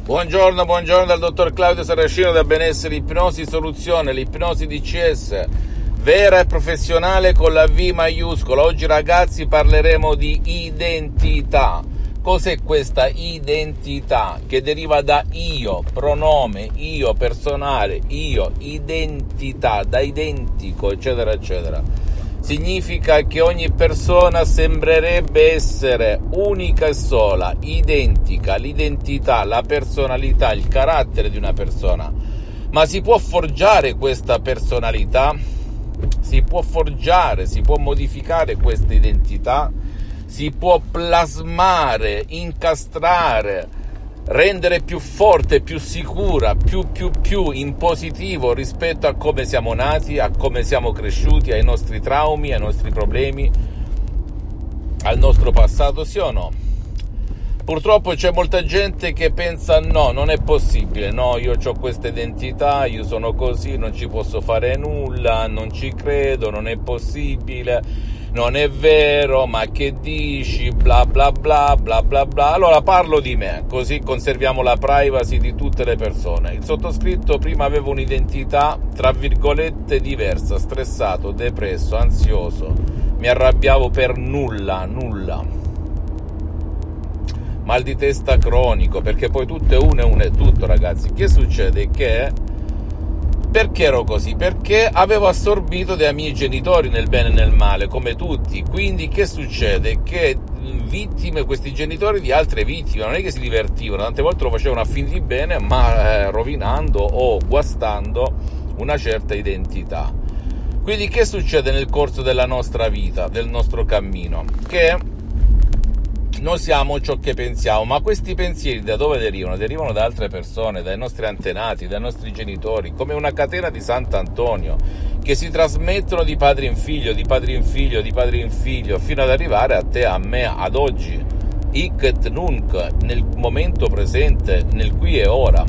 Buongiorno dal dottor Claudio Saracino da Benessere Ipnosi Soluzione, l'ipnosi DCS, vera e professionale con la V maiuscola. Oggi ragazzi parleremo di identità. Cos'è questa identità? Che deriva da io, pronome, io, personale, io, identità, da identico, eccetera, eccetera. Significa che ogni persona sembrerebbe essere unica e sola, identica, l'identità, la personalità, il carattere di una persona. Ma si può forgiare questa personalità? Si può forgiare, si può modificare questa identità? Si può plasmare, incastrare, rendere più forte, più sicura, più in positivo rispetto a come siamo nati, a come siamo cresciuti, ai nostri traumi, ai nostri problemi, al nostro passato, sì o no? Purtroppo c'è molta gente che pensa no, non è possibile, no, io ho questa identità, io sono così, non ci posso fare nulla, non ci credo, non è possibile, non è vero, ma che dici, bla bla bla bla bla bla. Allora parlo di me, così conserviamo la privacy di tutte le persone. Il sottoscritto prima aveva un'identità tra virgolette diversa, stressato, depresso, ansioso, mi arrabbiavo per nulla, mal di testa cronico, perché poi tutto è uno è tutto, ragazzi. Che succede? Perché ero così? Perché avevo assorbito dai miei genitori nel bene e nel male, come tutti. Quindi che succede? Che vittime questi genitori di altre vittime, non è che si divertivano, tante volte lo facevano a fin di bene, ma rovinando o guastando una certa identità. Quindi che succede nel corso della nostra vita, del nostro cammino? Che noi siamo ciò che pensiamo, ma questi pensieri da dove derivano? Derivano da altre persone, dai nostri antenati, dai nostri genitori, come una catena di Sant'Antonio, che si trasmettono di padre in figlio, di padre in figlio, di padre in figlio, fino ad arrivare a te, a me, ad oggi, hic et nunc, nel momento presente, nel qui e ora.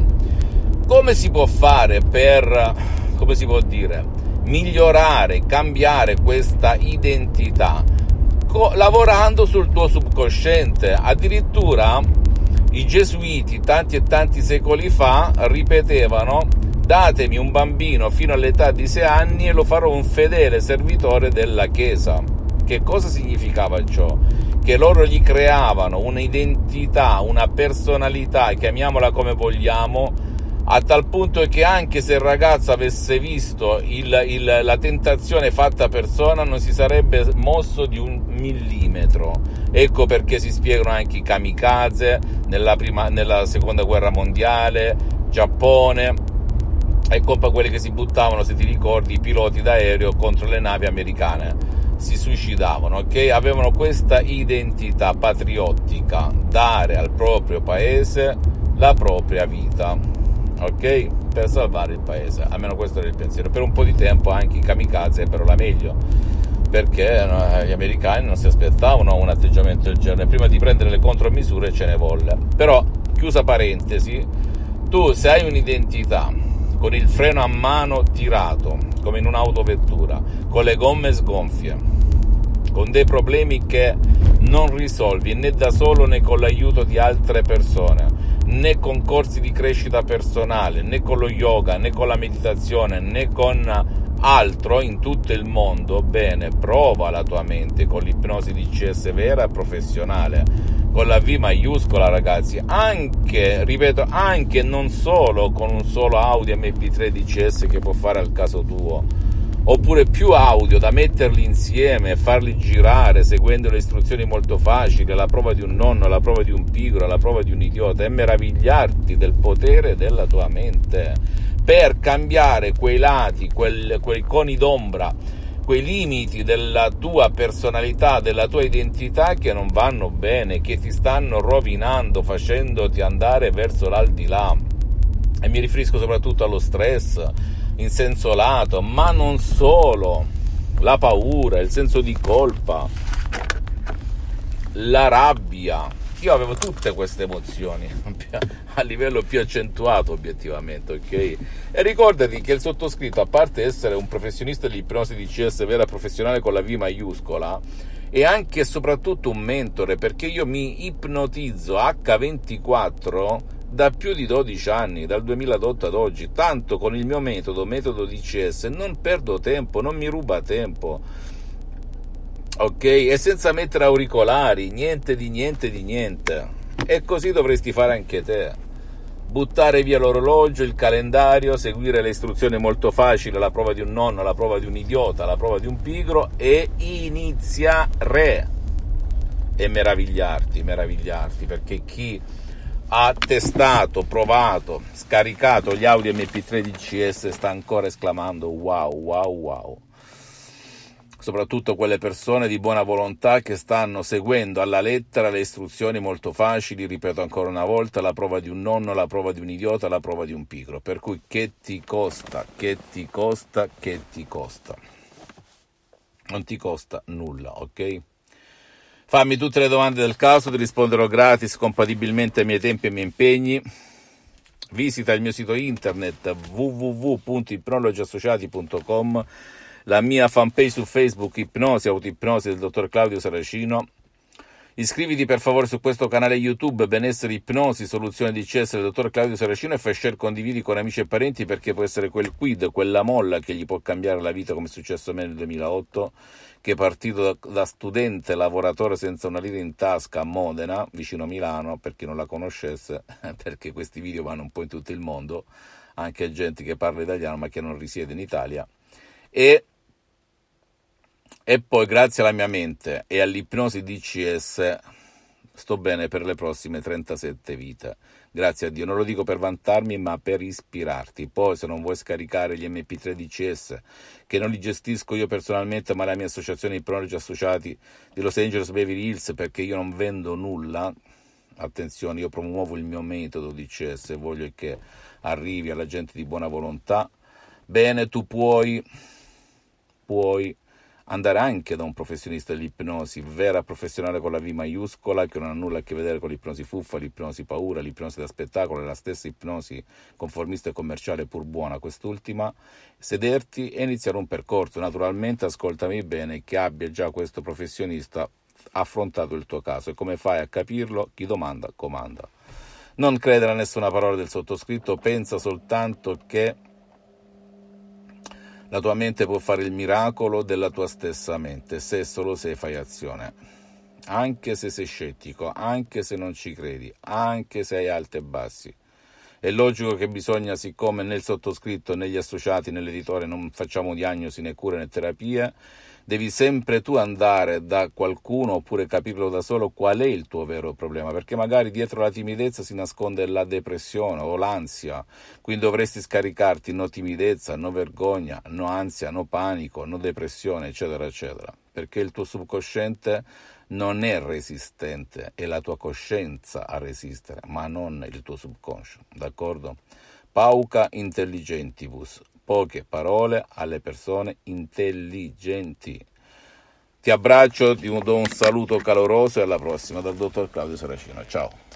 Come si può fare per, come si può dire, migliorare, cambiare questa identità? Lavorando sul tuo subconsciente. Addirittura i gesuiti tanti e tanti secoli fa ripetevano: datemi un bambino fino all'età di 6 anni e lo farò un fedele servitore della Chiesa. Che cosa significava ciò? Che loro gli creavano un'identità, una personalità, chiamiamola come vogliamo, a tal punto che anche se il ragazzo avesse visto la tentazione fatta persona non si sarebbe mosso di un millimetro. Ecco perché si spiegano anche i kamikaze nella seconda guerra mondiale, Giappone, ecco quelli che si buttavano, se ti ricordi, i piloti d'aereo contro le navi americane, si suicidavano, ok? Avevano questa identità patriottica, dare al proprio paese la propria vita, ok? Per salvare il paese, almeno questo era il pensiero. Per un po' di tempo anche i kamikaze ebbero la meglio, perché gli americani non si aspettavano un atteggiamento del genere. Prima di prendere le contromisure ce ne volle. Però, chiusa parentesi, tu se hai un'identità con il freno a mano tirato, come in un'autovettura, con le gomme sgonfie, con dei problemi che non risolvi né da solo né con l'aiuto di altre persone, né con corsi di crescita personale, né con lo yoga, né con la meditazione, né con altro in tutto il mondo, bene, prova la tua mente con l'ipnosi DCS vera e professionale, con la V maiuscola, ragazzi, anche, ripeto, anche non solo con un solo audio MP3 DCS che può fare al caso tuo, oppure più audio da metterli insieme e farli girare seguendo le istruzioni molto facili, la prova di un nonno, la prova di un pigro, la prova di un idiota, e meravigliarti del potere della tua mente per cambiare quei lati, quei coni d'ombra, quei limiti della tua personalità, della tua identità che non vanno bene, che ti stanno rovinando, facendoti andare verso l'aldilà. E mi riferisco soprattutto allo stress in senso lato, ma non solo, la paura, il senso di colpa, la rabbia. Io avevo tutte queste emozioni a livello più accentuato, obiettivamente, ok? E ricordati che il sottoscritto, a parte essere un professionista dell'ipnosi DCS vera professionale con la V maiuscola, è anche e soprattutto un mentore, perché io mi ipnotizzo H24 da più di 12 anni, dal 2008 ad oggi, tanto con il mio metodo DCS, non perdo tempo, non mi ruba tempo, ok? E senza mettere auricolari, niente di niente, e così dovresti fare anche te. Buttare via l'orologio, il calendario, seguire le istruzioni molto facili, la prova di un nonno, la prova di un idiota, la prova di un pigro, e iniziare e meravigliarti, perché chi ha testato, provato, scaricato gli audio MP3 DCS sta ancora esclamando wow. Soprattutto quelle persone di buona volontà che stanno seguendo alla lettera le istruzioni molto facili, ripeto ancora una volta, la prova di un nonno, la prova di un idiota, la prova di un pigro. Per cui che ti costa? Non ti costa nulla, ok? Fammi tutte le domande del caso, ti risponderò gratis, compatibilmente ai miei tempi e ai miei impegni. Visita il mio sito internet www.ipnologiassociati.com, la mia fanpage su Facebook Ipnosi, Autoipnosi del dottor Claudio Saracino. Iscriviti per favore su questo canale YouTube Benessere Ipnosi, Soluzione DCS del dottor Claudio Saracino, e fai share, condividi con amici e parenti, perché può essere quel quid, quella molla che gli può cambiare la vita, come è successo a me nel 2008, che partito da studente lavoratore senza una lira in tasca a Modena, vicino a Milano, per chi non la conoscesse, perché questi video vanno un po' in tutto il mondo, anche a gente che parla italiano ma che non risiede in Italia, e poi grazie alla mia mente e all'ipnosi DCS sto bene per le prossime 37 vite, grazie a Dio. Non lo dico per vantarmi, ma per ispirarti. Poi, se non vuoi scaricare gli MP3 DCS, che non li gestisco io personalmente, ma la mia associazione Ipnologi Associati di Los Angeles Beverly Hills, perché io non vendo nulla, attenzione, io promuovo il mio metodo DCS e voglio che arrivi alla gente di buona volontà, bene, tu puoi andare anche da un professionista dell'ipnosi, vera professionale con la V maiuscola, che non ha nulla a che vedere con l'ipnosi fuffa, l'ipnosi paura, l'ipnosi da spettacolo, è la stessa ipnosi conformista e commerciale, pur buona quest'ultima, sederti e iniziare un percorso. Naturalmente, ascoltami bene, che abbia già questo professionista affrontato il tuo caso. E come fai a capirlo? Chi domanda, comanda. Non credere a nessuna parola del sottoscritto, pensa soltanto che la tua mente può fare il miracolo della tua stessa mente, se solo se fai azione. Anche se sei scettico, anche se non ci credi, anche se hai alti e bassi. È logico che bisogna, siccome nel sottoscritto, negli associati, nell'editore non facciamo diagnosi né cure né terapie, devi sempre tu andare da qualcuno oppure capirlo da solo qual è il tuo vero problema, perché magari dietro la timidezza si nasconde la depressione o l'ansia, quindi dovresti scaricarti no timidezza, no vergogna, no ansia, no panico, no depressione, eccetera, perché il tuo subconsciente non è resistente, è la tua coscienza a resistere, ma non il tuo subconscio, d'accordo? Pauca intelligentibus. Poche parole alle persone intelligenti. Ti abbraccio, ti do un saluto caloroso e alla prossima dal dottor Claudio Saracino. Ciao.